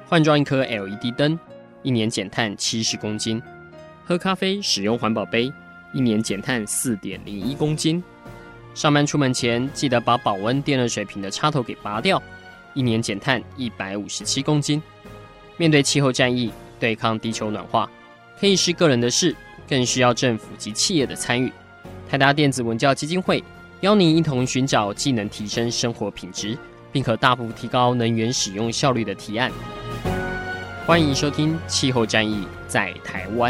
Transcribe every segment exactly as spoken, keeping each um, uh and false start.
换装一颗 L E D 灯，一年减碳七十公斤；喝咖啡使用环保杯，一年减碳 四点零一公斤；上班出门前记得把保温电热水瓶的插头给拔掉，一年减碳一百五十七公斤。面对气候战役，对抗地球暖化，可以是个人的事，更需要政府及企业的参与。台达电子文教基金会邀您一同寻找既能提升生活品质，并可大幅提高能源使用效率的提案。欢迎收听《气候战役在台湾》。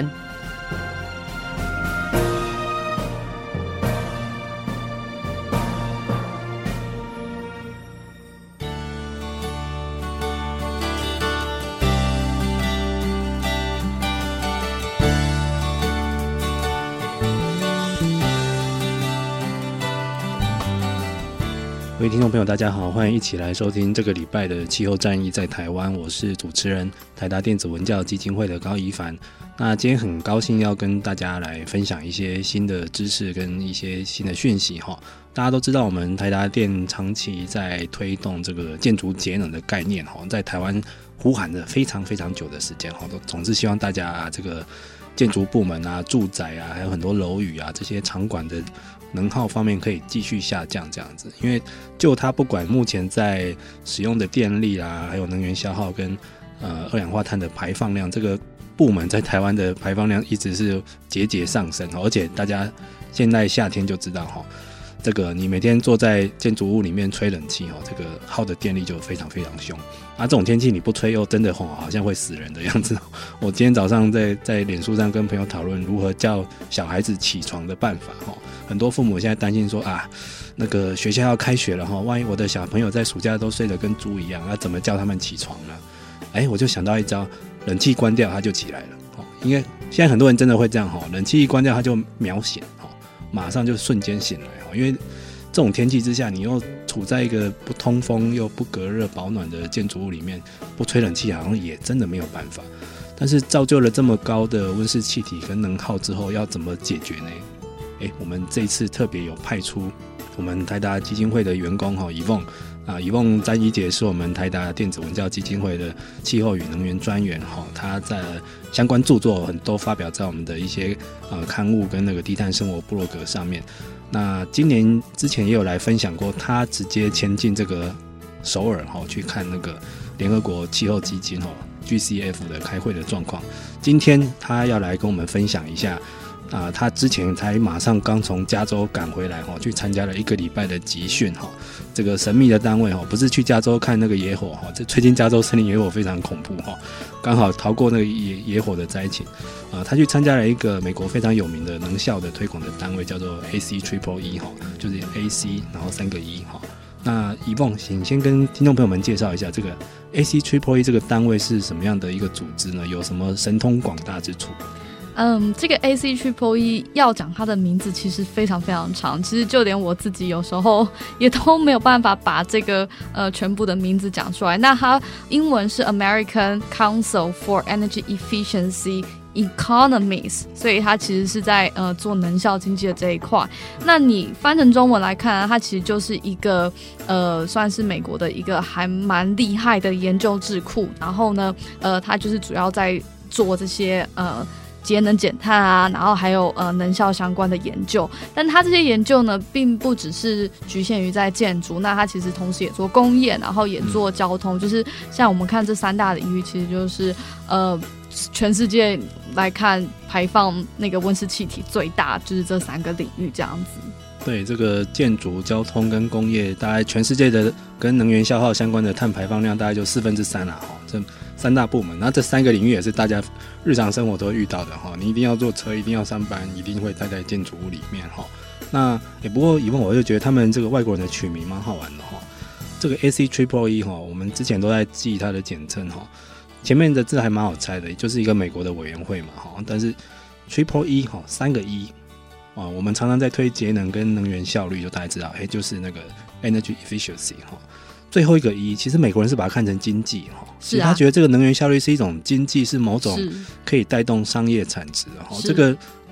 各位听众朋友大家好，欢迎一起来收听这个礼拜的气候战役在台湾，我是主持人台达电子文教基金会的高宜凡。那今天很高兴要跟大家来分享一些新的知识跟一些新的讯息。大家都知道我们台达电长期在推动这个建筑节能的概念，在台湾呼喊了非常非常久的时间，总是希望大家这个建筑部门啊、住宅啊，还有很多楼宇啊，这些场馆的能耗方面可以继续下降这样子。因为就它不管目前在使用的电力啊，还有能源消耗跟呃二氧化碳的排放量，这个部门在台湾的排放量一直是节节上升，而且大家现在夏天就知道哈，这个你每天坐在建筑物里面吹冷气，这个耗的电力就非常非常凶。啊，这种天气你不吹又真的好像会死人的样子。我今天早上在在脸书上跟朋友讨论如何叫小孩子起床的办法，很多父母现在担心说啊，那个学校要开学了，万一我的小朋友在暑假都睡得跟猪一样，那怎么叫他们起床呢？哎，我就想到一招，冷气关掉他就起来了。因为现在很多人真的会这样，冷气一关掉他就秒醒，马上就瞬间醒来。因为这种天气之下，你又处在一个不通风又不隔热保暖的建筑物里面，不吹冷气好像也真的没有办法。但是造就了这么高的温室气体跟能耗之后，要怎么解决呢？诶，我们这一次特别有派出我们台达基金会的员工齁Yvonne啊，Yvonne詹怡姐是我们台达电子文教基金会的气候与能源专员齁，她在相关著作很多发表在我们的一些呃刊物跟那个低碳生活部落格上面。那今年之前也有来分享过，他直接前进这个首尔去看那个联合国气候基金 G C F 的开会的状况。今天他要来跟我们分享一下啊，他之前才马上刚从加州赶回来，去参加了一个礼拜的集训。这个神秘的单位不是去加州看那个野火，这最近加州森林野火非常恐怖，刚好逃过那个 野, 野火的灾情。啊，他去参加了一个美国非常有名的能效的推广的单位，叫做 A C Triple E， 就是 A C 然后三个 E。 那Yvonne请先跟听众朋友们介绍一下这个 A C Triple E 这个单位是什么样的一个组织呢？有什么神通广大之处？ 嗯，这个 A C Triple E 要讲它的名字其实非常非常长，其实就连我自己有时候也都没有办法把这个呃全部的名字讲出来。那它英文是 American Council for Energy Efficiency Economies， 所以它其实是在呃做能效经济的这一块。那你翻成中文来看啊，它其实就是一个呃算是美国的一个还蛮厉害的研究智库。然后呢，呃，它就是主要在做这些呃节能减碳啊，然后还有呃能效相关的研究。但它这些研究呢，并不只是局限于在建筑，那它其实同时也做工业，然后也做交通。嗯、就是像我们看这三大领域，其实就是呃全世界来看排放那个温室气体最大就是这三个领域这样子。 对，这个建筑、交通跟工业，大概全世界的跟能源消耗相关的碳排放量大概就四分之三啦，这三大部门。那这三个领域也是大家日常生活都会遇到的，你一定要坐车，一定要上班，一定会待在建筑物里面。那也不过Yvonne我就觉得他们这个外国人的取名蛮好玩的。这个 A C Triple E 我们之前都在记它的简称，前面的字还蛮好猜的，就是一个美国的委员会嘛，但是 Triple E 三个 E， 我们常常在推节能跟能源效率，就大家知道，就是那个 Energy Efficiency。最后一个 E， 其实美国人是把它看成经济，是、啊、他觉得这个能源效率是一种经济，是某种可以带动商业产值。这个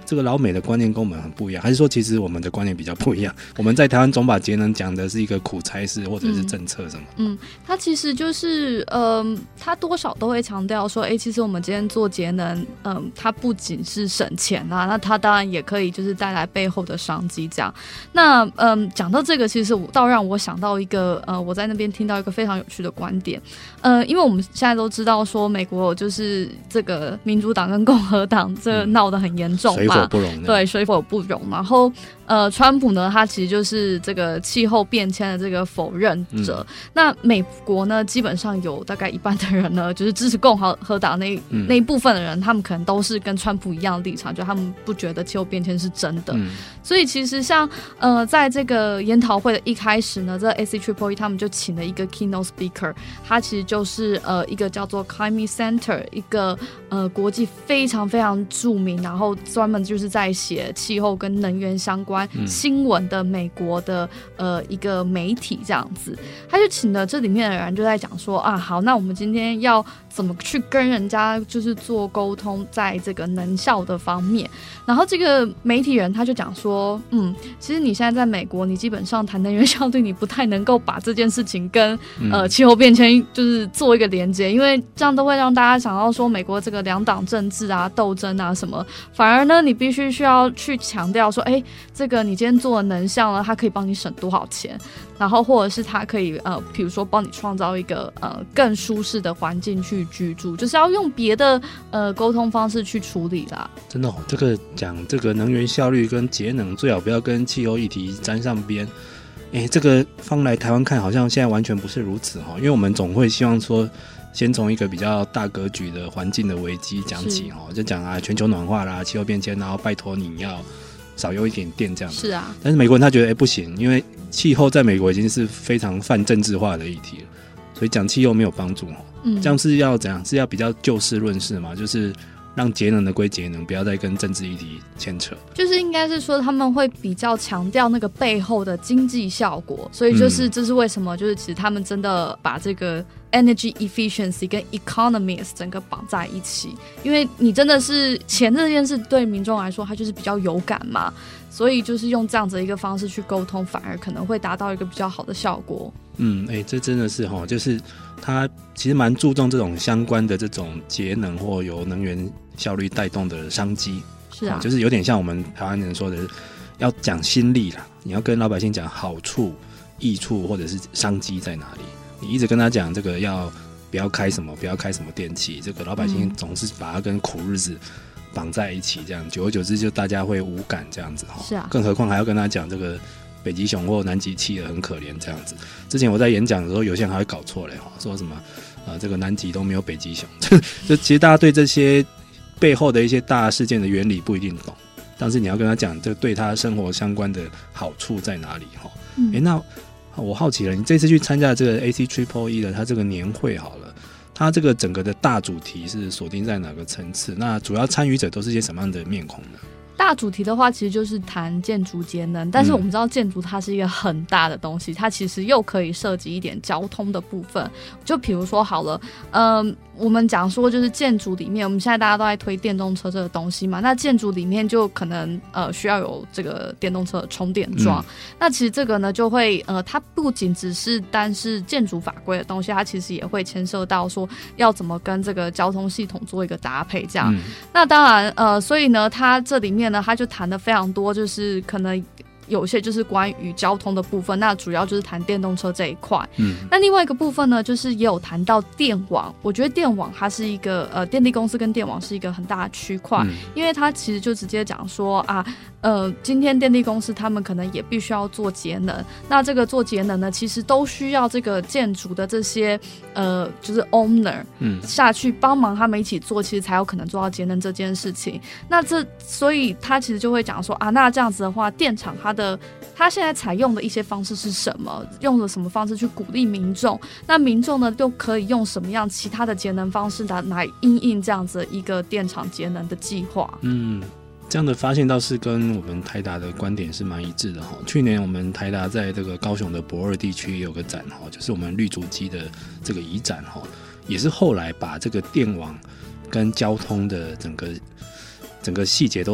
这个老美的观念跟我们很不一样，还是说其实我们的观念比较不一样？我们在台湾总把节能讲的是一个苦差事或者是政策什么？ 嗯，它其实就是呃，它多少都会强调说，哎，其实我们今天做节能，嗯、呃，它不仅是省钱啊，那它当然也可以就是带来背后的商机这样。那嗯，讲到这个，其实我倒让我想到一个呃，我在那边听到一个非常有趣的观点，呃，因为我们现在都知道说美国就是这个民主党跟共和党这闹得很严重嘛， 水火不容的， 对，水火不容。然后呃，川普呢，他其实就是这个气候变迁的这个否认者。嗯、那美国呢，基本上有大概一半的人呢，就是支持共和党那、嗯、那一部分的人，他们可能都是跟川普一样的立场，就他们不觉得气候变迁是真的。嗯、所以其实像呃，在这个研讨会的一开始呢，这 A C T R I P L E 他们就请了一个 keynote speaker， 他其实就是呃一个叫做 Climate Center， 一个呃国际非常非常著名，然后专门就是在写气候跟能源相关新闻的美国的呃一个媒体这样子，他就请了这里面的人就在讲说啊，好，那我们今天要怎么去跟人家就是做沟通，在这个能效的方面。然后这个媒体人他就讲说，嗯，其实你现在在美国，你基本上谈能源效率，你不太能够把这件事情跟呃气候变迁就是做一个连接，因为这样都会让大家想到说美国这个两党政治啊、斗争啊什么。反而呢，你必须需要去强调说，哎，这个你今天做的能效呢，它可以帮你省多少钱，然后或者是它可以呃，比如说帮你创造一个呃更舒适的环境去居住，就是要用别的呃沟通方式去处理啦。 真的哦，这个讲这个能源效率跟节能，最好不要跟气候议题沾上边。哎，这个放来台湾看，好像现在完全不是如此哈，因为我们总会希望说，先从一个比较大格局的环境的危机讲起哈，就讲啊全球暖化啦、气候变迁，然后拜托你要少用一点电这样子。 是啊， 但是美国人他觉得哎不行，因为气候在美国已经是非常泛政治化的议题了，所以讲气候没有帮助。嗯，这样是要怎样？是要比较就事论事嘛？就是让节能的归节能，不要再跟政治议题牵扯。 就是应该是说他们会比较强调那个背后的经济效果，所以就是、嗯、这是为什么就是其实他们真的把这个 energy efficiency 跟 economics 整个绑在一起，因为你真的是钱这件事对民众来说它就是比较有感嘛，所以就是用这样子的一个方式去沟通，反而可能会达到一个比较好的效果。 嗯，哎、欸，这真的是齁，就是他其实蛮注重这种相关的这种节能或由能源效率带动的商机。 是啊， 就是有点像我们台湾人说的，要讲心力啦，你要跟老百姓讲好处、益处或者是商机在哪里。你一直跟他讲这个要不要开什么，不要开什么电器，这个老百姓总是把它跟苦日子绑在一起，这样久而久之就大家会无感这样子齁。 是啊， 更何况还要跟他讲这个北极熊或南极企鹅很可怜这样子。之前我在演讲的时候，有些人还会搞错嘞，说什么呃这个南极都没有北极熊，就其实大家对这些背后的一些大事件的原理不一定懂，但是你要跟他讲这对他生活相关的好处在哪里哈。嗯，欸，那我好奇了，你这次去参加这个 A C T R I P L E 的它这个年会好了，它这个整个的大主题是锁定在哪个层次？那主要参与者都是些什么样的面孔呢？ 大主题的话其实就是谈建筑节能，但是我们知道建筑它是一个很大的东西，它其实又可以涉及一点交通的部分。就比如说好了，嗯，我们讲说就是建筑里面，我们现在大家都在推电动车这个东西嘛，那建筑里面就可能呃需要有这个电动车的充电桩，嗯，那其实这个呢就会呃它不仅只是单是建筑法规的东西，它其实也会牵涉到说要怎么跟这个交通系统做一个搭配这样。嗯，那当然呃所以呢它这里面呢他就谈的非常多，就是可能有些就是关于交通的部分，那主要就是谈电动车这一块。嗯，那另外一个部分呢，就是也有谈到电网。我觉得电网它是一个呃，电力公司跟电网是一个很大的区块，嗯，因为它其实就直接讲说啊，呃，今天电力公司他们可能也必须要做节能，那这个做节能呢，其实都需要这个建筑的这些呃，就是 owner 嗯下去帮忙他们一起做，其实才有可能做到节能这件事情。那这所以他其实就会讲说啊，那这样子的话，电厂它的他现在采用的一些方式是什么？用了什么方式去鼓励民众？那民众呢，就可以用什么样其他的节能方式来因应这样子一个电厂节能的计划？嗯， 这样的发现倒是跟我们台达的观点是蛮一致的哈。去年我们台达在这个高雄的博二地区有个展哈，就是我们绿主机的这个移展哈，也是后来把这个电网跟交通的整个整个细节都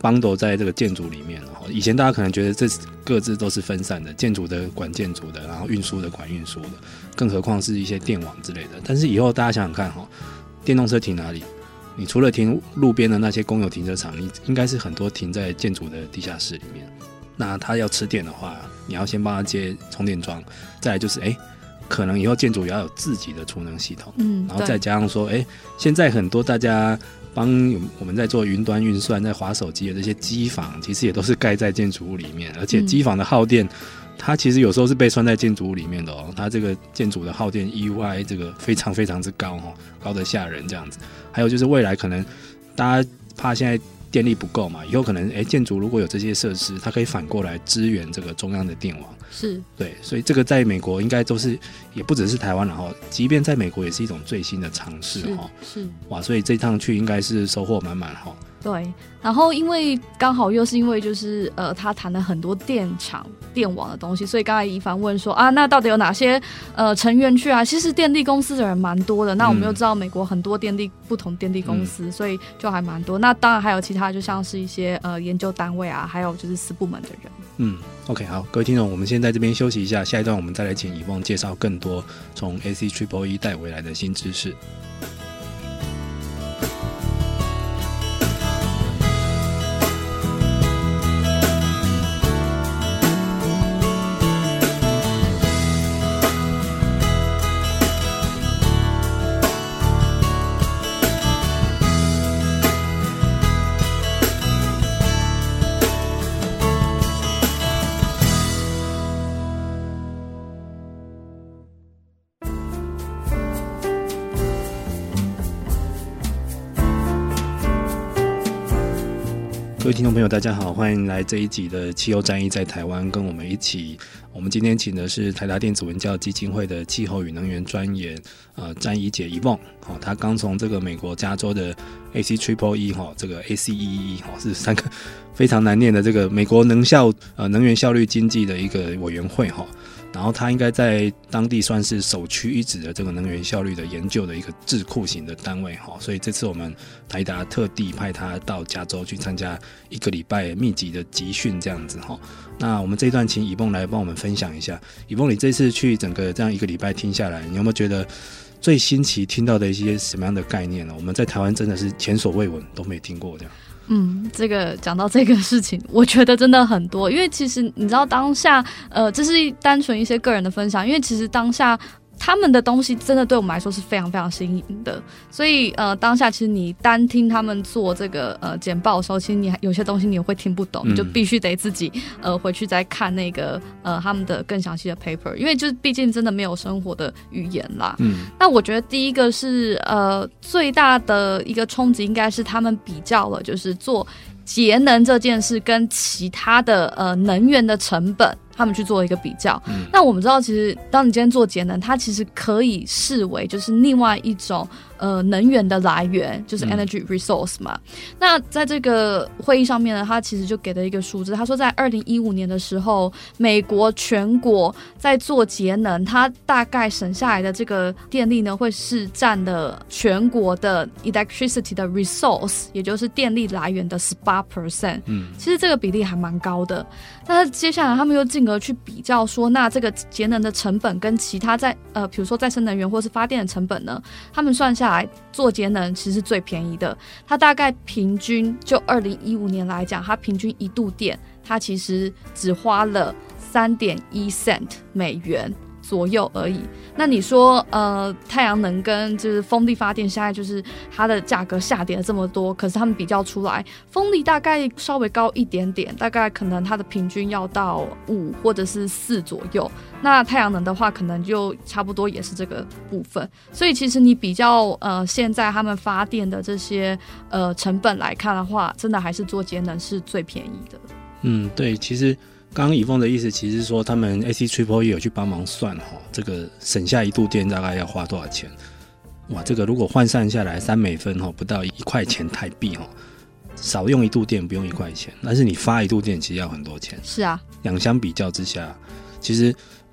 bundle 在这个建筑里面。以前大家可能觉得这各自都是分散的，建筑的管建筑的，然后运输的管运输的，更何况是一些电网之类的。但是以后大家想想看，电动车停哪里？你除了停路边的那些公有停车场，你应该是很多停在建筑的地下室里面。那他要吃电的话，你要先帮他接充电桩，再来就是哎，可能以后建筑也要有自己的储能系统，嗯，然后再加上说，哎，现在很多大家帮我们在做云端运算，在滑手机的这些机房，其实也都是盖在建筑物里面，而且机房的耗电，嗯，它其实有时候是被算在建筑物里面的哦。它这个建筑的耗电 E U I 这个非常非常之高哦，高得吓人这样子。还有就是未来可能大家怕现在电力不够嘛，以后可能哎建筑如果有这些设施，它可以反过来支援这个中央的电网。 是，对， 所以这个在美国应该都是，也不只是台湾，然后即便在美国也是一种最新的尝试哈。是，哇，所以这趟去应该是收获满满哈。 对，然后因为刚好又是因为就是呃，他谈了很多电厂、电网的东西，所以刚才宜凡问说啊，那到底有哪些呃成员去啊？其实电力公司的人蛮多的。那我们又知道美国很多电力不同电力公司，嗯，所以就还蛮多。那当然还有其他，就像是一些呃研究单位啊，还有就是私部门的人。 嗯 ，OK， 好，各位听众，我们先在这边休息一下，下一段我们再来请以凤介绍更多从 A C E E E 带回来的新知识。各位听众朋友大家好，欢迎来这一集的气候战役在台湾，跟我们一起，我们今天请的是台达电子文教基金会的气候与能源专员呃詹怡姐 Yvonne，哦，她刚从这个美国加州的 A C E E E 哈，这个 A C E E 哈是三个非常难念的这个美国能效呃能源效率经济的一个委员会哈。然后他应该在当地算是首屈一指的这个能源效率的研究的一个智库型的单位，所以这次我们台达特地派他到加州去参加一个礼拜密集的集训这样子。那我们这一段请以凤来帮我们分享一下，以凤你这次去整个这样一个礼拜听下来，你有没有觉得最新奇听到的一些什么样的概念呢？我们在台湾真的是前所未闻，都没听过这样。 嗯，这个讲到这个事情，我觉得真的很多，因为其实你知道当下，呃，这是单纯一些个人的分享，因为其实当下他们的东西真的对我们来说是非常非常新颖的，所以呃，当下其实你单听他们做这个呃简报的时候，其实你有些东西你会听不懂，你就必须得自己呃回去再看那个呃他们的更详细的 paper， 因为就是毕竟真的没有生活的语言啦。嗯，那我觉得第一个是呃最大的一个冲击应该是他们比较了，就是做节能这件事跟其他的呃能源的成本。他们去做一个比较，嗯，那我们知道，其实当你今天做节能，它其实可以视为就是另外一种呃能源的来源，就是 energy resource 嘛。嗯，那在这个会议上面呢，他其实就给了一个数字，他说在二零一五年的时候，美国全国在做节能，它大概省下来的这个电力呢，会是占了全国的 electricity 的 resource， 也就是电力来源的 百分之十八。嗯，其实这个比例还蛮高的。但是接下来他们又进而去比较说，那这个节能的成本跟其他在呃，比如说再生能源或是发电的成本呢，他们算下来做节能其实是最便宜的。它大概平均就二零一五年来讲，它平均一度电，它其实只花了 三点一 cent 美元左右而已。那你说呃，太阳能跟就是风力发电现在就是它的价格下跌了这么多，可是他们比较出来，风力大概稍微高一点点，大概可能它的平均要到五或者是四左右，那太阳能的话可能就差不多也是这个部分。所以其实你比较呃现在他们发电的这些呃成本来看的话，真的还是做节能是最便宜的。 嗯，对，其实刚刚以凤的意思其实是说他们 A C E E 有去帮忙算这个省下一度电大概要花多少钱。哇，这个如果换算下来三美分不到一块钱台币，少用一度电不用一块钱，但是你发一度电其实要很多钱。 是啊， 两相比较之下，其实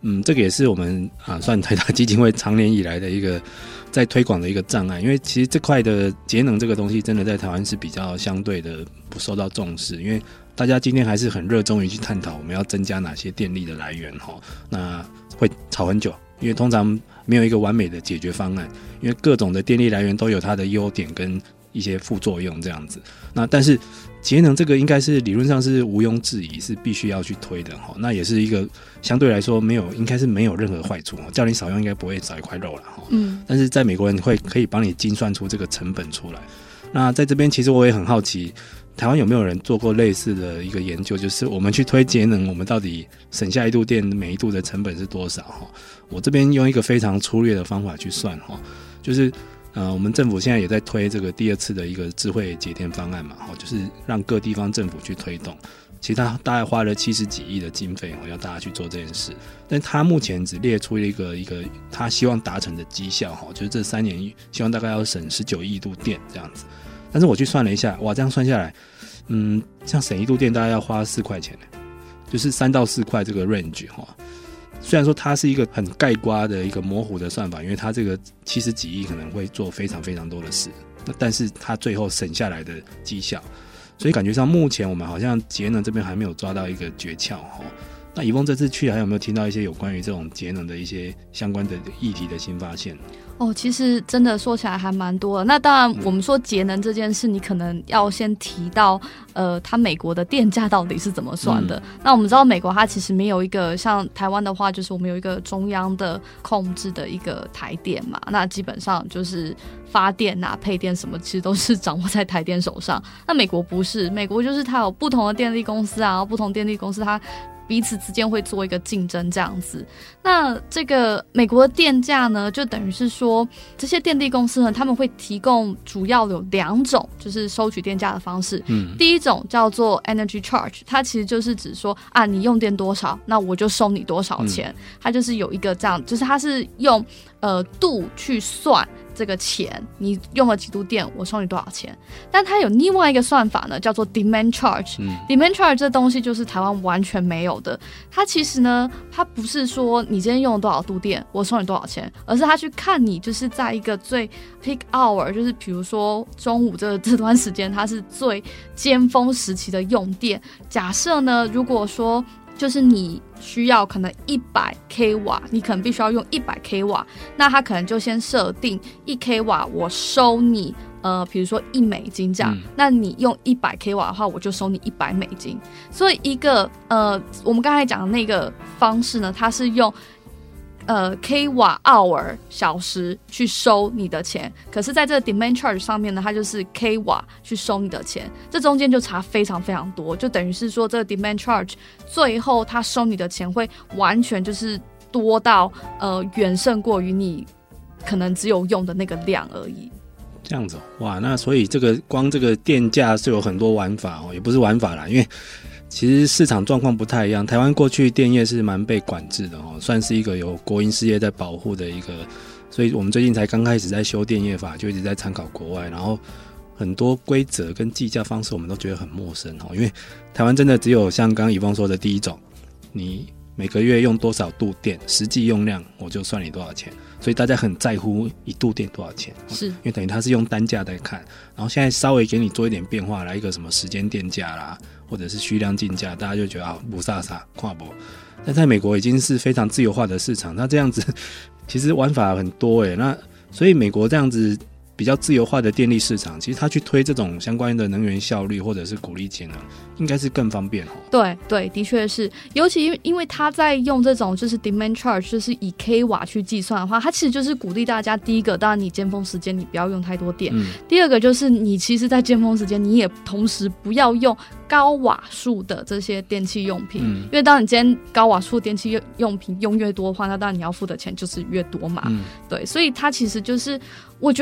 嗯，这个也是我们啊算台达基金会长年以来的一个在推广的一个障碍，因为其实这块的节能这个东西真的在台湾是比较相对的不受到重视，因为大家今天还是很热衷于去探讨我们要增加哪些电力的来源，那会吵很久，因为通常没有一个完美的解决方案，因为各种的电力来源都有它的优点跟一些副作用这样子。那但是节能这个应该是理论上是毋庸置疑是必须要去推的，那也是一个相对来说没有应该是没有任何坏处，叫你少用应该不会少一块肉啦。嗯，但是在美国人会可以帮你精算出这个成本出来。那在这边其实我也很好奇，台湾有没有人做过类似的一个研究，就是我们去推节能，我们到底省下一度电每一度的成本是多少？我这边用一个非常粗略的方法去算，就是呃，我们政府现在也在推这个第二次的一个智慧节电方案嘛，就是让各地方政府去推动。其实他大概花了七十几亿的经费，要大家去做这件事，但他目前只列出一个一个他希望达成的绩效，就是这三年希望大概要省十九亿度电这样子。但是我去算了一下，哇，这样算下来，嗯，像省一度电大概要花四块钱，就是三到四块这个 range 哈。虽然说它是一个很概括的一个模糊的算法，因为它这个七十几亿可能会做非常非常多的事，但是它最后省下来的绩效，所以感觉上目前我们好像节能这边还没有抓到一个诀窍。那以峰这次去还有没有听到一些有关于这种节能的一些相关的议题的新发现？ 哦，其实真的说起来还蛮多的。那当然我们说节能这件事，你可能要先提到呃，它美国的电价到底是怎么算的。嗯、那我们知道美国它其实没有一个像台湾的话，就是我们有一个中央的控制的一个台电嘛，那基本上就是发电啊配电什么其实都是掌握在台电手上。那美国不是，美国就是它有不同的电力公司啊，然后不同电力公司它彼此之间会做一个竞争这样子。那这个美国的电价呢，就等于是说这些电力公司呢，他们会提供主要有两种就是收取电价的方式。嗯，第一种叫做 energy charge， 它其实就是指说啊，你用电多少，那我就收你多少钱。嗯、它就是有一个这样，就是它是用呃度去算这个钱，你用了几度电，我收你多少钱。但它有另外一个算法呢，叫做 demand charge。嗯、demand charge 这东西就是台湾完全没有的。它其实呢，它不是说你今天用了多少度电，我收你多少钱，而是它去看你就是在一个最 peak hour， 就是比如说中午这这段时间，它是最尖峰时期的用电。假设呢，如果说就是你需要可能一百 k 瓦，你可能必须要用一百 k 瓦，那他可能就先设定一 k 瓦，我收你呃，比如说一美金这样，嗯、那你用一百 k 瓦的话，我就收你一百美金。所以一个呃，我们刚才讲的那个方式呢，它是用呃 k 瓦 hour 小时去收你的钱，可是在这个 demand charge 上面呢，它就是 k 瓦去收你的钱，这中间就差非常非常多，就等于是说这个 demand charge 最后它收你的钱会完全就是多到呃远胜过于你可能只有用的那个量而已。 这样子哇，那所以这个光这个电价是有很多玩法哦，也不是玩法啦，因为其实市场状况不太一样。台湾过去电业是蛮被管制的哦，算是一个有国营事业在保护的一个，所以我们最近才刚开始在修电业法，就一直在参考国外，然后很多规则跟计价方式我们都觉得很陌生哦，因为台湾真的只有像刚刚以峰说的第一种，你每个月用多少度电，实际用量我就算你多少钱，所以大家很在乎一度电多少钱， 是因为等于它是用单价在看，然后现在稍微给你做一点变化，来一个什么时间电价啦，或者是虚量竞价，大家就觉得啊不飒飒跨博。但在美国已经是非常自由化的市场，那这样子其实玩法很多耶，那所以美国这样子比较自由化的电力市场，其实他去推这种相关的能源效率或者是鼓励节能，应该是更方便哦。 对对，的确是，尤其因为他在用这种就是 demand charge， 就是以 k 瓦去计算的话，它其实就是鼓励大家，第一个，当然你尖峰时间你不要用太多电，嗯、第二个就是你其实在尖峰时间你也同时不要用高瓦数的这些电器用品，嗯、因为当你今天高瓦数电器用品用越多的话，那当然你要付的钱就是越多嘛。嗯、对，所以它其实就是我觉得有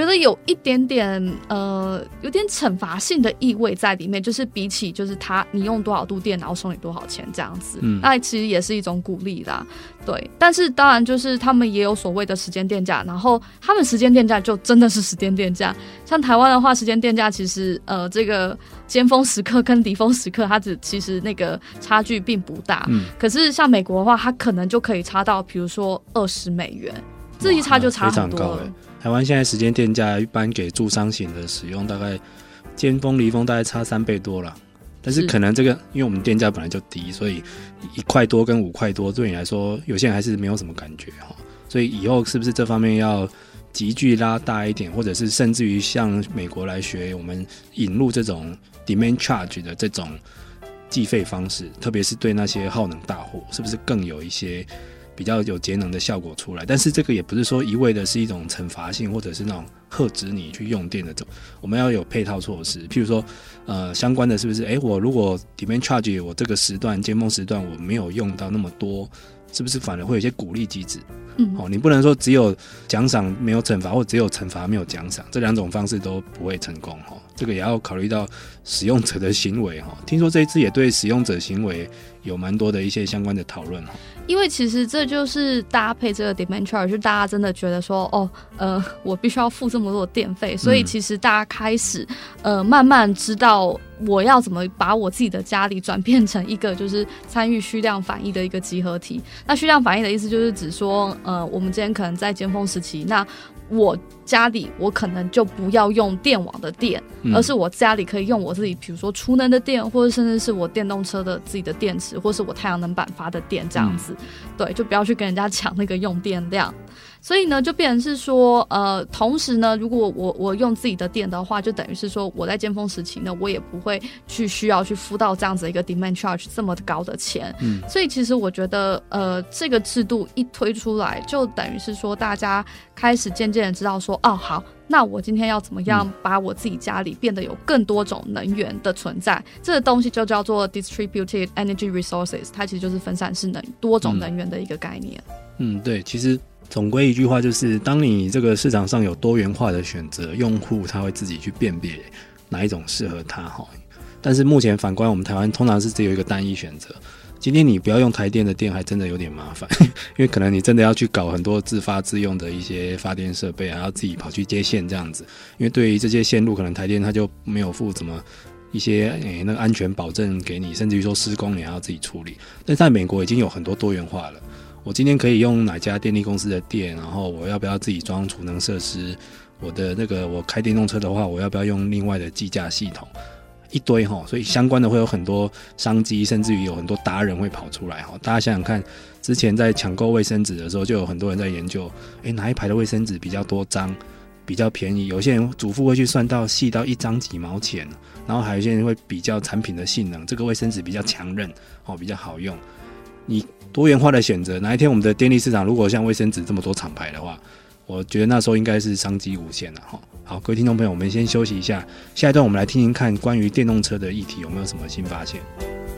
一点点呃有点惩罚性的意味在里面，就是比起就是他你用多少度电然后收你多少钱这样子，嗯，那其实也是一种鼓励啦，对。但是当然就是他们也有所谓的时间电价，然后他们时间电价就真的是时间电价，像台湾的话时间电价其实呃这个尖峰时刻跟离峰时刻它只其实那个差距并不大，嗯，可是像美国的话它可能就可以差到比如说二十美元，这一差就差很多了。 台湾现在时间电价一般给住商型的使用，大概尖峰离峰大概差三倍多了。但是可能这个因为我们电价本来就低，所以一块多跟五块多对你来说，有些人还是没有什么感觉哈。所以以后是不是这方面要急剧拉大一点，或者是甚至于像美国来学，我们引入这种 demand charge 的这种计费方式，特别是对那些耗能大户，是不是更有一些比较有节能的效果出来？但是这个也不是说一味的是一种惩罚性，或者是那种遏制你去用电的这种，我们要有配套措施。譬如说，呃，相关的是不是？哎，我如果 demand charge 我这个时段尖峰时段我没有用到那么多，是不是反而会有一些鼓励机制？嗯，哦，你不能说只有奖赏没有惩罚，或只有惩罚没有奖赏，这两种方式都不会成功哈。这个也要考虑到使用者的行为哈。听说这一次也对使用者行为有蛮多的一些相关的讨论哈。 因为其实这就是搭配这个 demand charge， 就大家真的觉得说，哦，呃，我必须要付这么多的电费，所以其实大家开始，呃，慢慢知道我要怎么把我自己的家里转变成一个就是参与虚量反应的一个集合体。那虚量反应的意思就是指说，呃，我们今天可能在尖峰时期，那我家里我可能就不要用电网的电，嗯，而是我家里可以用我自己，比如说储能的电，或者甚至是我电动车的自己的电池，或是我太阳能板发的电这样子，嗯，对，就不要去跟人家抢那个用电量。所以呢，就变成是说，呃，同时呢，如果我我用自己的电的话，就等于是说我在尖峰时期呢，我也不会去需要去付到这样子一个 demand charge 这么高的钱。嗯，所以其实我觉得，呃，这个制度一推出来，就等于是说大家开始渐渐的知道说，哦，好，那我今天要怎么样把我自己家里变得有更多种能源的存在？嗯，这个东西就叫做 distributed energy resources， 它其实就是分散式能多种能源的一个概念。嗯， 嗯对，其实。总归一句话就是，当你这个市场上有多元化的选择，用户他会自己去辨别哪一种适合他。但是目前反观我们台湾，通常是只有一个单一选择。今天你不要用台电的电，还真的有点麻烦，因为可能你真的要去搞很多自发自用的一些发电设备，还要自己跑去接线这样子。因为对于这些线路，可能台电它就没有付怎么一些诶那个安全保证给你，甚至于说施工你还要自己处理。但在美国已经有很多多元化了。我今天可以用哪家电力公司的电，然后我要不要自己装储能设施？我的那个我开电动车的话，我要不要用另外的计价系统？一堆齁，所以相关的会有很多商机，甚至于有很多达人会跑出来齁。大家想想看，之前在抢购卫生纸的时候，就有很多人在研究，诶，哪一排的卫生纸比较多张，比较便宜？有些人主妇会去算到细到一张几毛钱，然后还有一些人会比较产品的性能，这个卫生纸比较强韧，齁，比较好用。你多元化的选择，哪一天我们的电力市场如果像卫生纸这么多厂牌的话，我觉得那时候应该是商机无限了。好，各位听众朋友，我们先休息一下，下一段我们来听听看关于电动车的议题有没有什么新发现。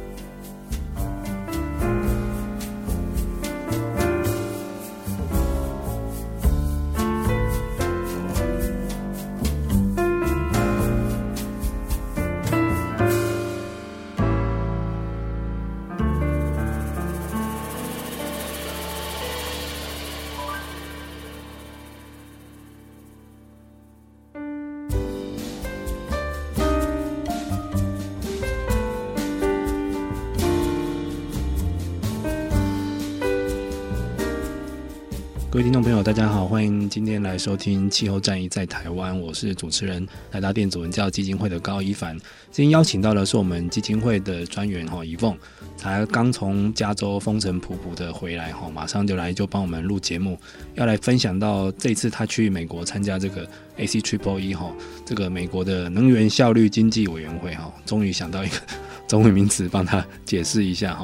各位听众朋友大家好，欢迎今天来收听气候战役在台湾，我是主持人台大电子文教基金会的高一凡。今天邀请到的是我们基金会的专员怡凤，才刚从加州风尘仆仆的回来，马上就来就帮我们录节目，要来分享到这次他去美国参加这个 A C E E E 这个美国的能源效率经济委员会，终于想到一个中文名词帮他解释一下。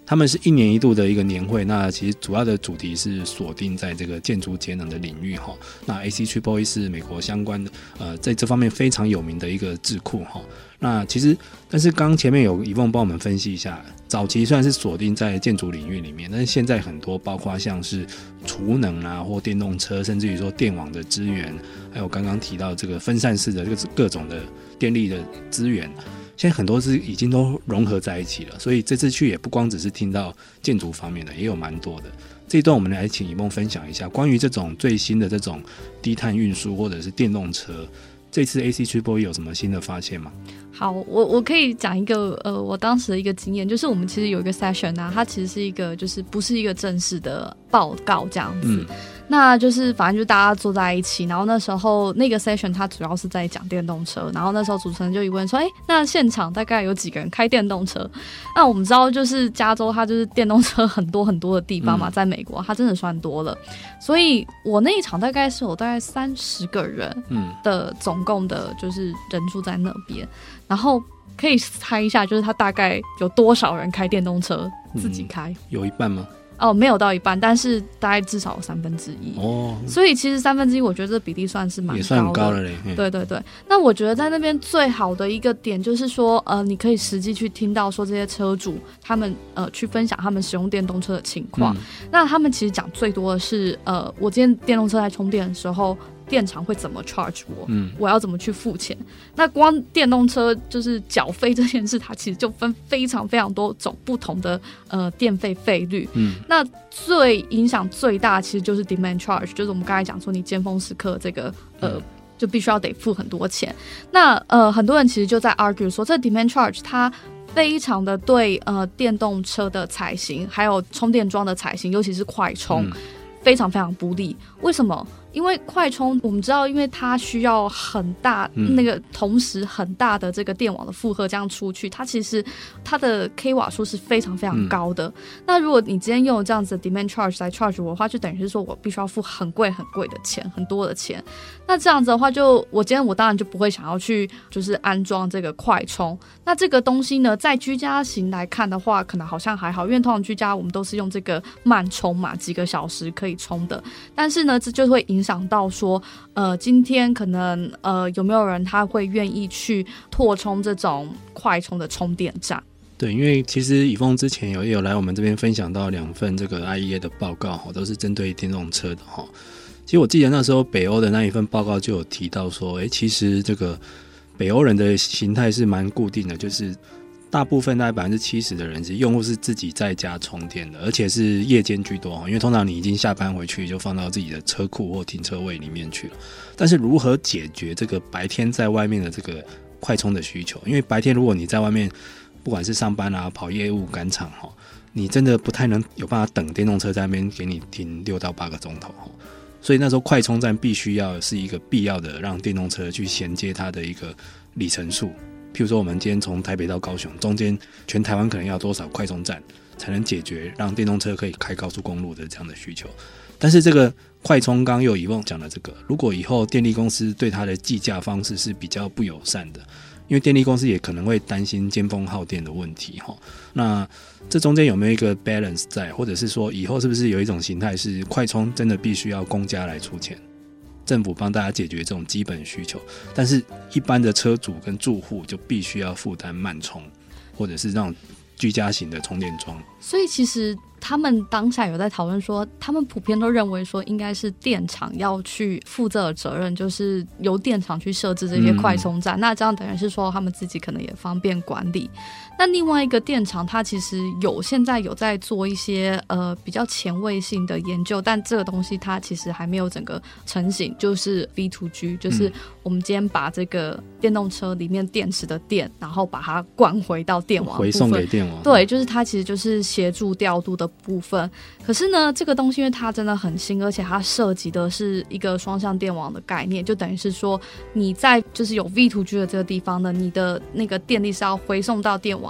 他们是一年一度的一个年会，那其实主要的主题是锁定在这个建筑节能的领域哈。那 A C Triple E 是美国相关的呃在这方面非常有名的一个智库哈。那其实，但是刚刚前面有一凤帮我们分析一下，早期虽然是锁定在建筑领域里面，但是现在很多包括像是储能啊或电动车，甚至于说电网的资源，还有刚刚提到这个分散式的各种的电力的资源。现在很多是已经都融合在一起了，所以这次去也不光只是听到建筑方面的，也有蛮多的。这一段我们来请以梦分享一下关于这种最新的这种低碳运输或者是电动车，这次 A C Triple E 有什么新的发现吗？ 好，我我可以讲一个呃，我当时的一个经验，就是我们其实有一个 session 啊，它其实是一个就是不是一个正式的报告这样子。嗯，那就是反正就大家坐在一起，然后那时候那个 session 它主要是在讲电动车，然后那时候主持人就一问说，哎，那现场大概有几个人开电动车？那我们知道就是加州它就是电动车很多很多的地方嘛，嗯，在美国它真的算多了，所以我那一场大概是有大概三十个人的总共的就是人数在那边，然后可以猜一下就是他大概有多少人开电动车自己开？嗯， 有一半吗？ 哦，没有到一半，但是大概至少有三分之一哦，所以其实三分之一，我觉得这比例算是蛮高的，也算很高了嘞。对对对，那我觉得在那边最好的一个点就是说，呃，你可以实际去听到说这些车主他们呃去分享他们使用电动车的情况，嗯，那他们其实讲最多的是，呃，我今天电动车在充电的时候，电厂会怎么 charge 我，嗯，我要怎么去付钱？那光电动车就是缴费这件事，它其实就分非常非常多种不同的呃电费费率，嗯，那最影响最大其实就是 demand charge， 就是我们刚才讲说你尖峰时刻这个呃。嗯，就必须要得付很多钱。那呃，很多人其实就在 argue 说，这 demand charge 它非常的对呃电动车的采行，还有充电桩的采行，尤其是快充，嗯，非常非常不利。为什么？因为快充我们知道，因为它需要很大、嗯、那个同时很大的这个电网的负荷这样出去，它其实它的 k 瓦数是非常非常高的、嗯、那如果你今天用这样子的 demand charge 来 charge 我的话，就等于是说我必须要付很贵很贵的钱，很多的钱。那这样子的话，就我今天我当然就不会想要去就是安装这个快充。那这个东西呢，在居家型来看的话可能好像还好，因为通常居家我们都是用这个慢充嘛，几个小时可以充的。但是呢，这就会影想到说，呃，今天可能呃有没有人他会愿意去拓充这种快充的充电站？ 对，因为其实以峰之前有也有来我们这边分享到两份这个 I E A 的报告，都是针对电动车的哈。其实我记得那时候北欧的那一份报告就有提到说，哎，其实这个北欧人的形态是蛮固定的，就是大部分大概百分之七十的人是用户是自己在家充电的，而且是夜间居多，因为通常你已经下班回去就放到自己的车库或停车位里面去了。但是如何解决这个白天在外面的这个快充的需求？因为白天如果你在外面不管是上班啊、跑业务、赶场，你真的不太能有办法等电动车在那边给你停六到八个钟头。所以那时候快充站必须要是一个必要的让电动车去衔接它的一个里程数。譬如说我们今天从台北到高雄，中间全台湾可能要多少快充站才能解决让电动车可以开高速公路的这样的需求。但是这个快充刚刚又以往讲了这个，如果以后电力公司对它的计价方式是比较不友善的，因为电力公司也可能会担心尖峰耗电的问题，那这中间有没有一个 balance 在，或者是说以后是不是有一种形态是快充真的必须要公家来出钱，政府帮大家解决这种基本需求，但是一般的车主跟住户就必须要负担慢充或者是那种居家型的充电桩。 所以其实他们当下有在讨论说，他们普遍都认为说应该是电厂要去负责的责任，就是由电厂去设置这些快充站、嗯、那这样等于是说他们自己可能也方便管理。那另外一个电厂它其实有现在有在做一些呃比较前卫性的研究，但这个东西它其实还没有整个成型，就是 V 二 G， 就是我们今天把这个电动车里面电池的电然后把它灌回到电网， 回送给电网。 对，就是它其实就是协助调度的部分。可是呢，这个东西因为它真的很新，而且它涉及的是一个双向电网的概念，就等于是说你在就是有 V 二 G 的这个地方呢，你的那个电力是要回送到电网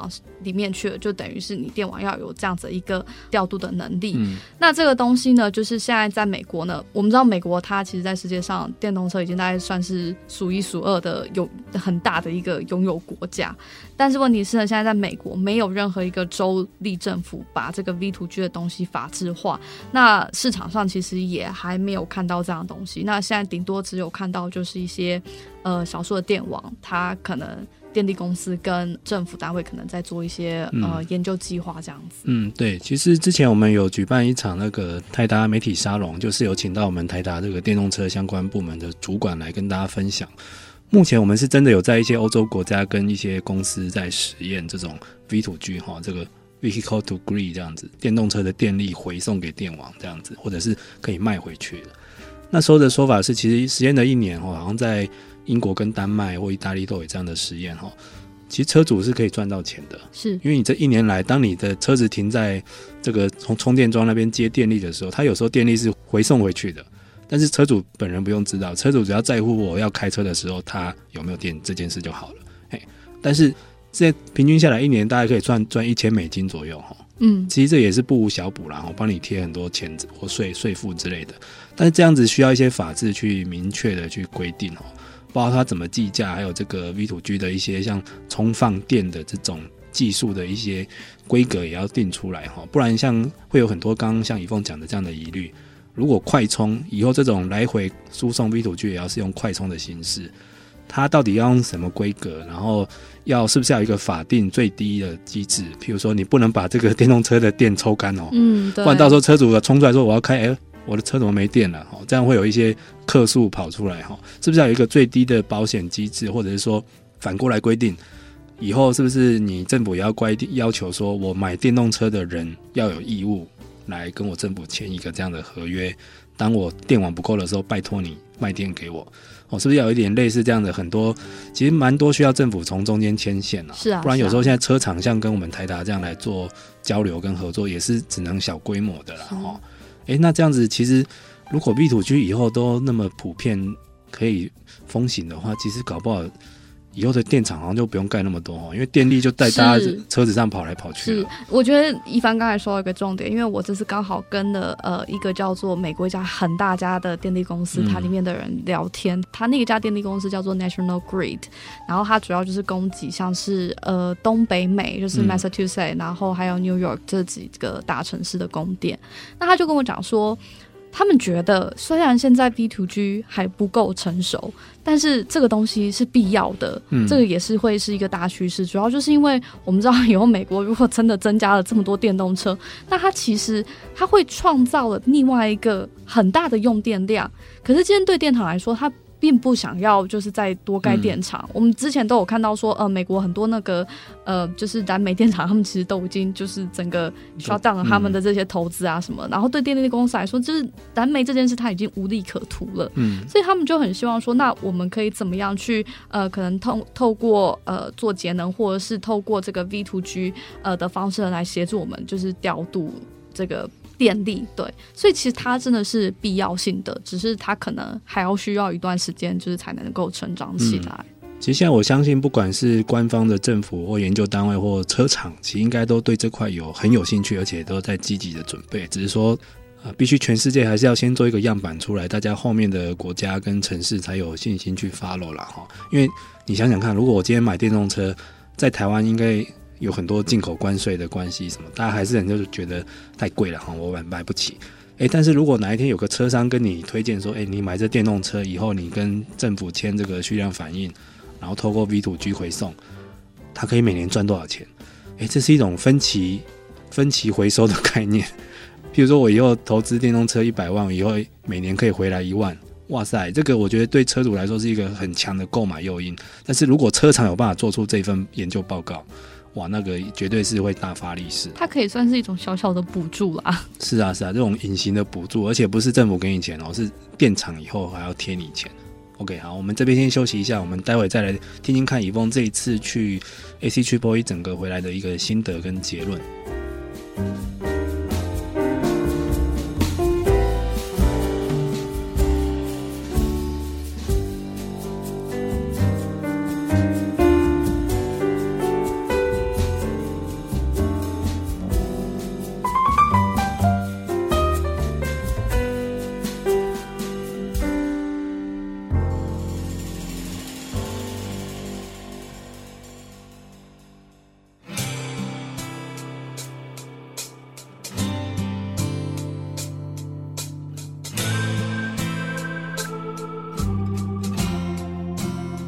里面去了，就等于是你电网要有这样子一个调度的能力。 嗯， 那这个东西呢，就是现在在美国呢，我们知道美国它其实在世界上电动车已经大概算是数一数二的有很大的一个拥有国家，但是问题是呢，现在在美国没有任何一个州立政府把这个 V 二 G 的东西法制化，那市场上其实也还没有看到这样的东西，那现在顶多只有看到就是一些呃少数的电网，它可能电力公司跟政府单位可能在做一些、嗯、呃研究计划这样子。 嗯，对，其实之前我们有举办一场那个台达媒体沙龙，就是有请到我们台达这个电动车相关部门的主管来跟大家分享。目前我们是真的有在一些欧洲国家跟一些公司在实验这种 V 二 G 哈，这个 Vehicle to Grid 这样子，电动车的电力回送给电网这样子，或者是可以卖回去的。那时候的说法是，其实实验了一年哈，好像在英国跟丹麦或意大利都有这样的实验哈。其实车主是可以赚到钱的， 是因为你这一年来，当你的车子停在这个从充电桩那边接电力的时候，它有时候电力是回送回去的，但是车主本人不用知道，车主只要在乎我要开车的时候他有没有电这件事就好了。嘿，但是这平均下来一年大概可以赚赚一千美金左右哈。嗯，其实这也是不无小补啦，帮你贴很多钱或税税负之类的。但是这样子需要一些法制去明确的去规定哦，包括它怎么计价，还有这个 V 二 G 的一些像充放电的这种技术的一些规格也要定出来哈，不然像会有很多刚刚像以凤讲的这样的疑虑。如果快充以后这种来回输送 V 二 G 也要是用快充的形式，它到底要用什么规格，然后要是不是要有一个法定最低的机制，譬如说你不能把这个电动车的电抽干哦，嗯，对，不然到时候车主冲出来说我要开，哎，我的车怎么没电了，这样会有一些客诉跑出来，是不是要有一个最低的保险机制，或者是说反过来规定以后是不是你政府也要规定要求说我买电动车的人要有义务来跟我政府签一个这样的合约，当我电网不够的时候拜托你卖电给我，哦，是不是要有一点类似这样的，很多其实蛮多需要政府从中间牵线啊， 是啊， 不然有时候现在车厂像跟我们台达这样来做交流跟合作也是只能小规模的啦，哦，诶，那这样子其实如果 V 二 G 以后都那么普遍可以风行的话，其实搞不好以后的电厂好像就不用盖那么多，因为电力就在大家车子上跑来跑去了。 是，我觉得一帆刚才说到一个重点，因为我这次刚好跟了呃一个叫做美国一家很大家的电力公司，嗯，它里面的人聊天，它那个家电力公司叫做 National Grid， 然后它主要就是供给像是呃东北美，就是 Massachusetts，嗯，然后还有 New York 这几个大城市的供电。那他就跟我讲说，他们觉得虽然现在 V 二 G 还不够成熟，但是这个东西是必要的，嗯，这个也是会是一个大趋势。主要就是因为我们知道以后美国如果真的增加了这么多电动车，那它其实它会创造了另外一个很大的用电量，可是今天对电厂来说它并不想要就是再多盖电厂，嗯，我们之前都有看到说呃美国很多那个呃就是燃煤电厂他们其实都已经就是整个 shut down 了他们的这些投资啊什么，嗯，然后对电力公司来说就是燃煤这件事它已经无利可图了，嗯，所以他们就很希望说那我们可以怎么样去呃可能透透过呃做节能或者是透过这个 V 二 G 呃的方式来协助我们就是调度这个电力，对，所以其实它真的是必要性的，只是它可能还要需要一段时间，就是才能够成长起来。 嗯，其实现在我相信，不管是官方的政府或研究单位或车厂，其实应该都对这块有很有兴趣，而且都在积极的准备。只是说，呃，必须全世界还是要先做一个样板出来，大家后面的国家跟城市才有信心去 follow 啦哈。因为你想想看，如果我今天买电动车，在台湾应该有很多进口关税的关系什么，大家还是很就是觉得太贵了，我买买不起。诶，但是如果哪一天有个车商跟你推荐说，诶，你买这电动车以后，你跟政府签这个蓄量反应，然后透过 V 二 G 回送，它可以每年赚多少钱？诶，这是一种分期分期回收的概念。譬如说我以后投资电动车一百万，以后每年可以回来一万。哇塞，这个我觉得对车主来说是一个很强的购买诱因。但是如果车厂有办法做出这份研究报告，哇，那个绝对是会大发利市， 它可以算是一种小小的补助啦。 是啊是啊，这种隐形的补助，而且不是政府给你钱哦，是电厂以后还要贴你钱。OK， 好，我们这边先休息一下，我们待会再来听听看以峰这一次去 A C Triple E 整个回来的一个心得跟结论。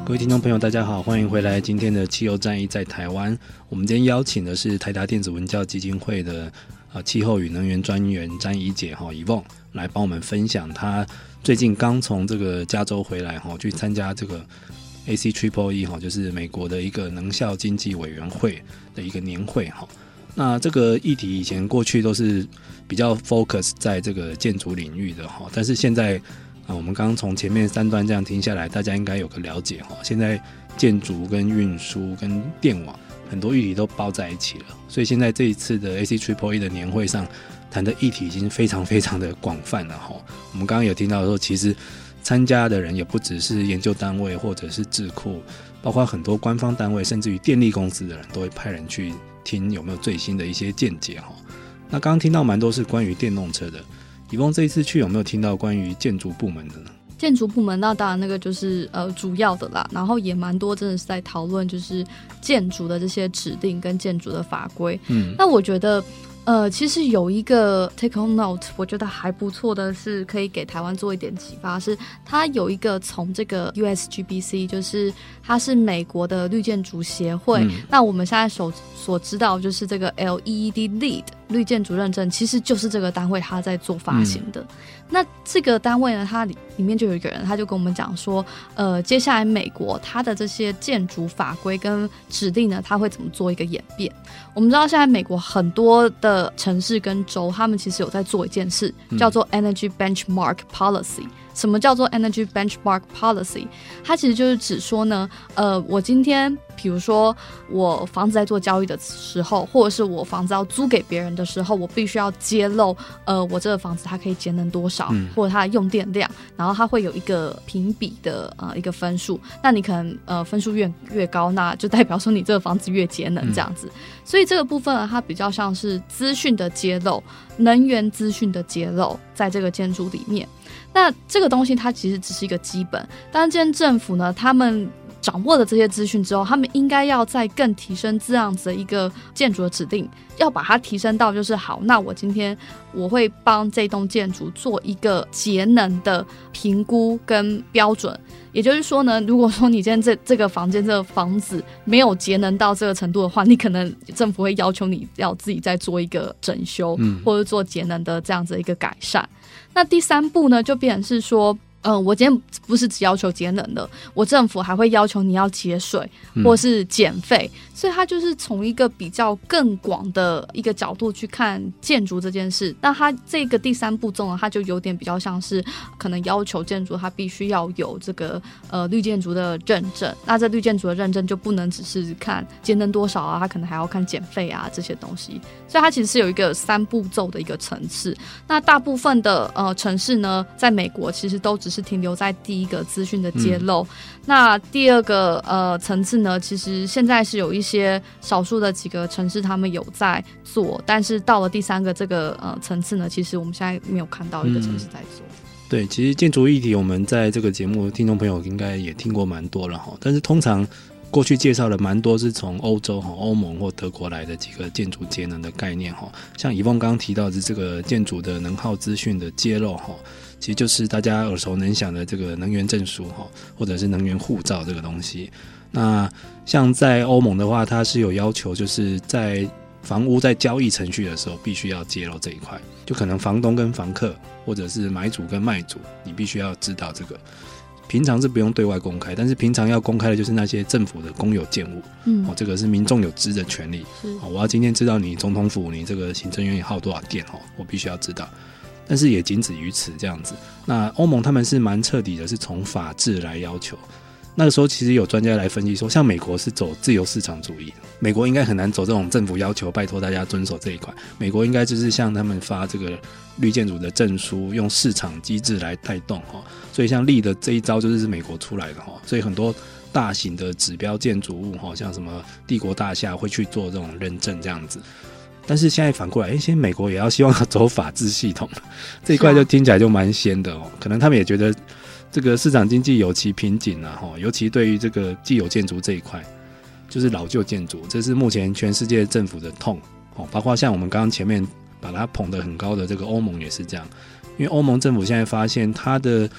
各位听众朋友大家好，欢迎回来今天的气候战役在台湾。我们今天邀请的是台达电子文教基金会的、呃、气候与能源专员詹怡姐齁 Yvonne 来帮我们分享她最近刚从这个加州回来齁，去参加这个 A C E E E 齁，就是美国的一个能效经济委员会的一个年会齁。那这个议题以前过去都是比较 focus 在这个建筑领域的齁，但是现在啊，我们刚刚从前面三段这样听下来，大家应该有个了解哈。现在建筑跟运输跟电网很多议题都包在一起了，所以现在这一次的 A C E E E 的年会上谈的议题已经非常非常的广泛了哈。我们刚刚有听到说，其实参加的人也不只是研究单位或者是智库，包括很多官方单位，甚至于电力公司的人都会派人去听有没有最新的一些见解哈。那刚刚听到蛮多是关于电动车的。Yvonne这一次去有没有听到关于建筑部门的呢？ 建筑部门那当然那个就是呃主要的啦，然后也蛮多真的是在讨论就是建筑的这些指定跟建筑的法规。嗯，那我觉得呃其实有一个 take home note 我觉得还不错的是可以给台湾做一点启发，是它有一个从这个 U S G B C 就是它是美国的绿建筑协会、嗯、那我们现在所所知道就是这个 L E E D LEED 绿建筑认证其实就是这个单位他在做发行的、嗯、那这个单位呢，它里面就有一个人他就跟我们讲说呃，接下来美国它的这些建筑法规跟指定呢，它会怎么做一个演变。我们知道现在美国很多的城市跟州他们其实有在做一件事、嗯、叫做 Energy Benchmark Policy。什么叫做 Energy Benchmark Policy？ 它其实就是指说呢，呃，我今天比如说我房子在做交易的时候，或者是我房子要租给别人的时候，我必须要揭露呃我这个房子它可以节能多少、嗯、或者它的用电量，然后它会有一个评比的呃一个分数，那你可能呃分数越越高，那就代表说你这个房子越节能这样子、嗯、所以这个部分呢，它比较像是资讯的揭露，能源资讯的揭露在这个建筑里面。那这个东西它其实只是一个基本，当然今天政府呢他们掌握了这些资讯之后，他们应该要再更提升这样子的一个建筑的指定，要把它提升到就是好，那我今天我会帮这栋建筑做一个节能的评估跟标准。也就是说呢，如果说你今天这这个房间这个房子没有节能到这个程度的话，你可能政府会要求你要自己再做一个整修、嗯、或者做节能的这样子的一个改善。那第三步呢，就变成是说嗯，我今天不是只要求节能的，我政府还会要求你要节水或是减废、嗯、所以它就是从一个比较更广的一个角度去看建筑这件事。那它这个第三步骤呢，它就有点比较像是可能要求建筑它必须要有这个呃绿建筑的认证，那这绿建筑的认证就不能只是看节能多少啊，它可能还要看减废啊这些东西，所以它其实是有一个三步骤的一个层次。那大部分的呃城市呢，在美国其实都只是是停留在第一个资讯的揭露、嗯、那第二个呃层次呢，其实现在是有一些少数的几个城市他们有在做，但是到了第三个这个呃层次呢，其实我们现在没有看到一个城市在做、嗯、 对，其实建筑议题我们在这个节目听众朋友应该也听过蛮多了，但是通常过去介绍了蛮多是从欧洲欧盟或德国来的几个建筑节能的概念，像Yvonne刚刚提到的这个建筑的能耗资讯的揭露，其实就是大家耳熟能详的这个能源证书或者是能源护照这个东西。那像在欧盟的话，它是有要求就是在房屋在交易程序的时候必须要揭露这一块，就可能房东跟房客或者是买主跟卖主，你必须要知道这个。平常是不用对外公开，但是平常要公开的就是那些政府的公有建物、嗯哦、这个是民众有知的权利、哦、我要今天知道你总统府你这个行政院耗多少电、哦、我必须要知道，但是也仅止于此这样子。那欧盟他们是蛮彻底的，是从法治来要求。那个时候其实有专家来分析说，像美国是走自由市场主义，美国应该很难走这种政府要求拜托大家遵守这一块，美国应该就是像他们发这个绿建筑的证书，用市场机制来带动，所以像LEED的这一招就是美国出来的，所以很多大型的指标建筑物像什么帝国大厦会去做这种认证这样子。但是现在反过来，现在美国也要希望要走法治系统，这一块就听起来就蛮仙的哦。可能他们也觉得这个市场经济有其瓶颈啊，尤其对于这个既有建筑这一块，就是老旧建筑，这是目前全世界政府的痛哦。包括像我们刚刚前面把它捧得很高的这个欧盟也是这样，因为欧盟政府现在发现它的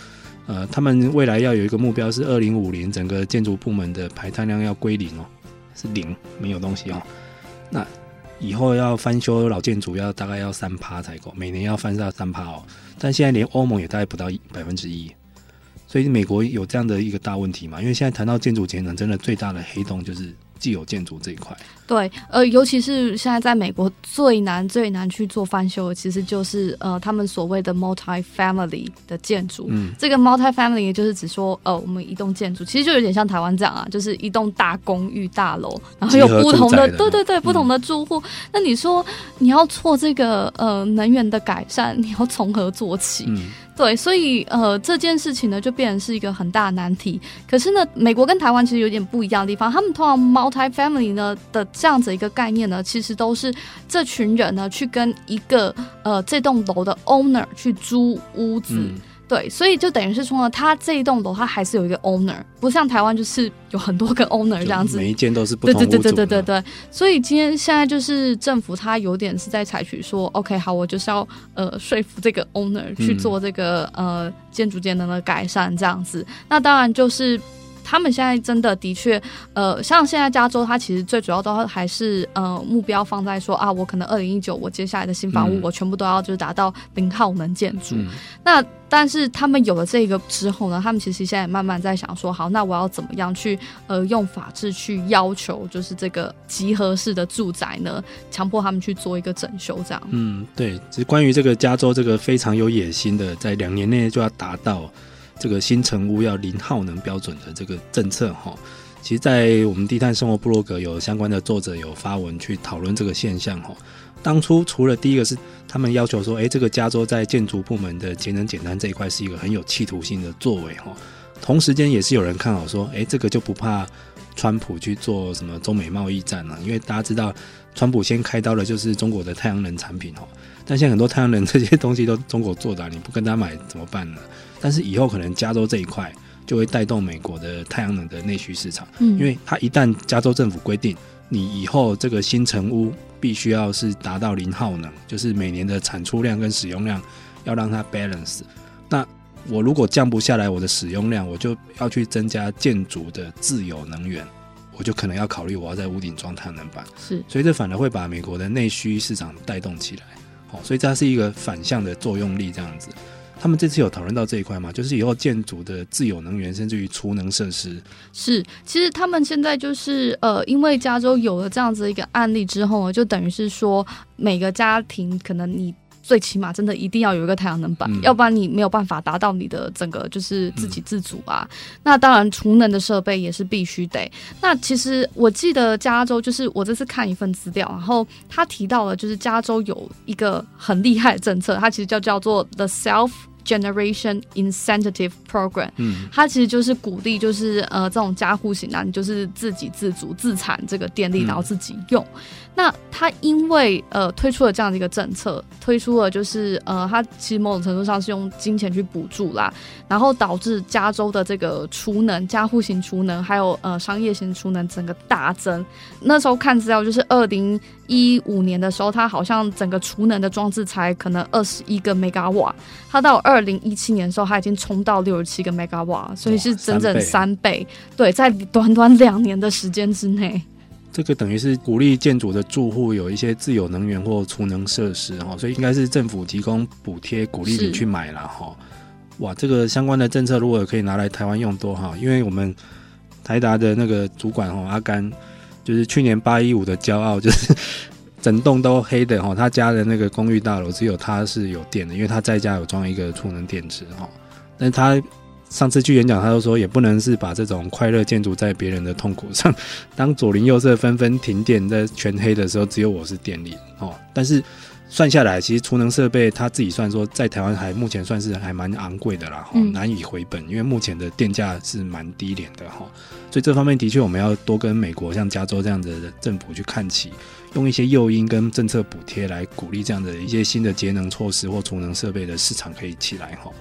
呃，他们未来要有一个目标是二零五零整个建筑部门的排碳量要归零哦，是零，没有东西哦。那以后要翻修老建筑要大概要 百分之三 才够，每年要翻到 百分之三 哦。但现在连欧盟也大概不到 百分之一， 所以美国有这样的一个大问题嘛？因为现在谈到建筑节能，真的最大的黑洞就是既有建筑这一块。对， 呃，尤其是现在在美国最难最难去做翻修的，其实就是呃他们所谓的 multi-family 的建筑。嗯，这个 multi-family 也就是指说，呃，我们一栋建筑其实就有点像台湾这样啊，就是一栋大公寓大楼，然后有不同的，的对对对，不同的住户。嗯、那你说你要做这个呃能源的改善，你要从何做起？嗯。对，所以呃这件事情呢，就变成是一个很大的难题。可是呢，美国跟台湾其实有点不一样的地方，他们通常 multi-family 呢的这样子一个概念呢，其实都是这群人呢去跟一个呃这栋楼的 owner 去租屋子。嗯，对，所以就等于是说呢，他这一栋楼他还是有一个 owner， 不像台湾就是有很多个 owner 这样子， 每一间都是不同屋主的。 对对对对对对。所以今天现在就是政府他有点是在采取说 ，OK， 好，我就是要呃说服这个 owner 去做这个、嗯、呃建筑节能的改善这样子。那当然就是。他们现在真的的确，呃，像现在加州，它其实最主要都还是呃目标放在说啊，我可能二零一九我接下来的新房屋，嗯、我全部都要就是达到零耗能建筑。嗯、那但是他们有了这个之后呢，他们其实现在慢慢在想说，好，那我要怎么样去呃用法制去要求，就是这个集合式的住宅呢，强迫他们去做一个整修这样。 嗯，对，其实关于这个加州这个非常有野心的，在两年内就要达到。这个新成屋要零耗能标准的这个政策，其实在我们低碳生活部落格有相关的作者有发文去讨论这个现象。当初除了第一个是他们要求说，诶，这个加州在建筑部门的节能减碳这一块是一个很有企图性的作为，同时间也是有人看好说，诶，这个就不怕川普去做什么中美贸易战啊，因为大家知道川普先开刀的就是中国的太阳能产品，但现在很多太阳能这些东西都中国做的、啊、你不跟他买怎么办呢？但是以后可能加州这一块就会带动美国的太阳能的内需市场、嗯、因为它一旦加州政府规定你以后这个新成屋必须要是达到零耗能，就是每年的产出量跟使用量要让它 balance， 那我如果降不下来我的使用量，我就要去增加建筑的自有能源，我就可能要考虑我要在屋顶装太阳能板，是，所以这反而会把美国的内需市场带动起来、哦、所以这是一个反向的作用力这样子。他们这次有讨论到这一块吗？就是以后建筑的自有能源甚至于储能设施。 是，其实他们现在就是呃，因为加州有了这样子一个案例之后呢，就等于是说每个家庭可能你最起码真的一定要有一个太阳能板、嗯、要不然你没有办法达到你的整个就是自给自足啊、嗯、那当然储能的设备也是必须得。那其实我记得加州就是我这次看一份资料，然后他提到了就是加州有一个很厉害的政策，它其实叫叫做 The Self Generation Incentive Program， 嗯，它其实就是鼓励就是呃这种家户型啊，你就是自给自足自产这个电力，然后自己用、嗯、那它因为呃推出了这样的一个政策，推出了就是呃它其实某种程度上是用金钱去补助啦，然后导致加州的这个储能家户型储能还有呃商业型储能整个大增。那时候看资料就是二零一五年的时候，它好像整个储能的装置才可能二十一个 megawatt， 它到二零一七年的时候它已经冲到六十七个 megawatt， 所以是整整三倍，对，在短短两年的时间之内。 这个等于是鼓励建筑的住户有一些自有能源或储能设施，所以应该是政府提供补贴鼓励你去买啦。哇，这个相关的政策如果可以拿来台湾用多好，因为我们台达的那个主管阿甘就是去年八一五的骄傲，就是整栋都黑的，他家的那个公寓大楼只有他是有电的，因为他在家有装一个储能电池。但他上次去演讲他就说也不能是把这种快乐建筑在别人的痛苦上，当左邻右舍纷纷停电在全黑的时候只有我是电力。但是算下来其实储能设备他自己算说在台湾还目前算是还蛮昂贵的啦、嗯、难以回本，因为目前的电价是蛮低廉的，所以这方面的确我们要多跟美国像加州这样的政府去看齐，用一些诱因跟政策补贴来鼓励这样的一些新的节能措施或储能设备的市场可以起来。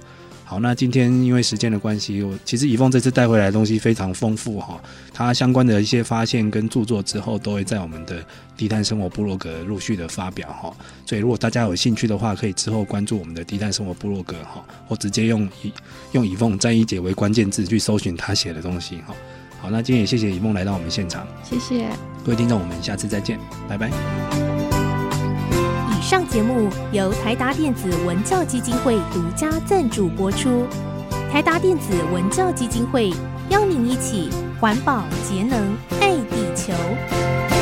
好，那今天因为时间的关系，我其实以凤这次带回来的东西非常丰富哈，它相关的一些发现跟著作之后都会在我们的低碳生活部落格陆续的发表哈，所以如果大家有兴趣的话，可以之后关注我们的低碳生活部落格哈，或直接用以用以凤战役节为关键字去搜寻他写的东西哈。好，那今天也谢谢以凤来到我们现场， 谢谢各位听众，我们下次再见，拜拜。 以上节目由台达电子文教基金会独家赞助播出。台达电子文教基金会邀您一起环保节能爱地球。